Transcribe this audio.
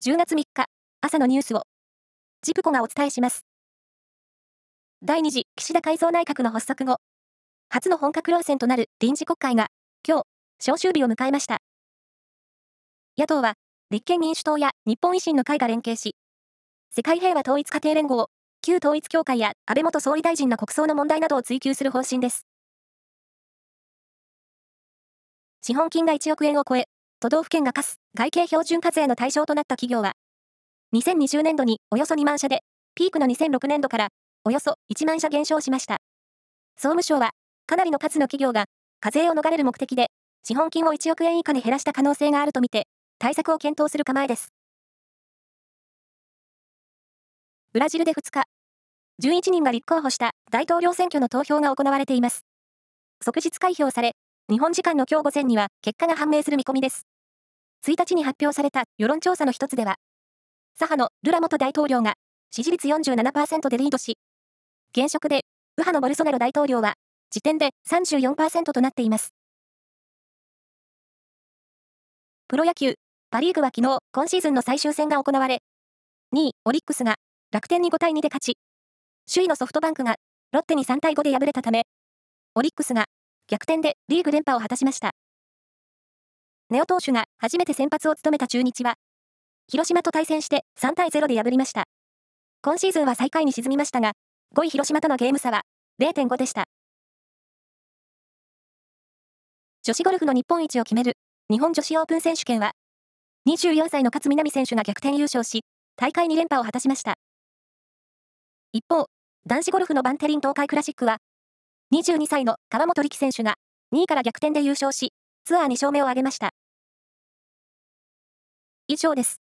10月3日、朝のニュースを、ジプコがお伝えします。第2次岸田改造内閣の発足後、初の本格論戦となる臨時国会が、今日、召集日を迎えました。野党は、立憲民主党や日本維新の会が連携し、世界平和統一家庭連合、旧統一教会や安倍元総理大臣の国葬の問題などを追及する方針です。資本金が1億円を超え、都道府県が課す会計標準課税の対象となった企業は、2020年度におよそ2万社で、ピークの2006年度からおよそ1万社減少しました。総務省は、かなりの数の企業が課税を逃れる目的で、資本金を1億円以下に減らした可能性があるとみて、対策を検討する構えです。ブラジルで2日、11人が立候補した大統領選挙の投票が行われています。即日開票され、日本時間の今日午前には結果が判明する見込みです。1日に発表された世論調査の一つでは、左派のルラ元大統領が支持率 47% でリードし、現職で右派のボルソナロ大統領は時点で 34% となっています。プロ野球、パ・リーグは昨日、今シーズンの最終戦が行われ、2位、オリックスが楽天に5対2で勝ち、首位のソフトバンクがロッテに3対5で敗れたため、オリックスが逆転でリーグ連覇を果たしました。根尾投手が初めて先発を務めた中日は、広島と対戦して3対0で破りました。今シーズンは最下位に沈みましたが、5位広島とのゲーム差は 0.5 でした。女子ゴルフの日本一を決める日本女子オープン選手権は、24歳の勝みなみ選手が逆転優勝し、大会2連覇を果たしました。一方、男子ゴルフのバンテリン東海クラシックは、22歳の河本力選手が2位から逆転で優勝し、ツアー2勝目を挙げました。以上です。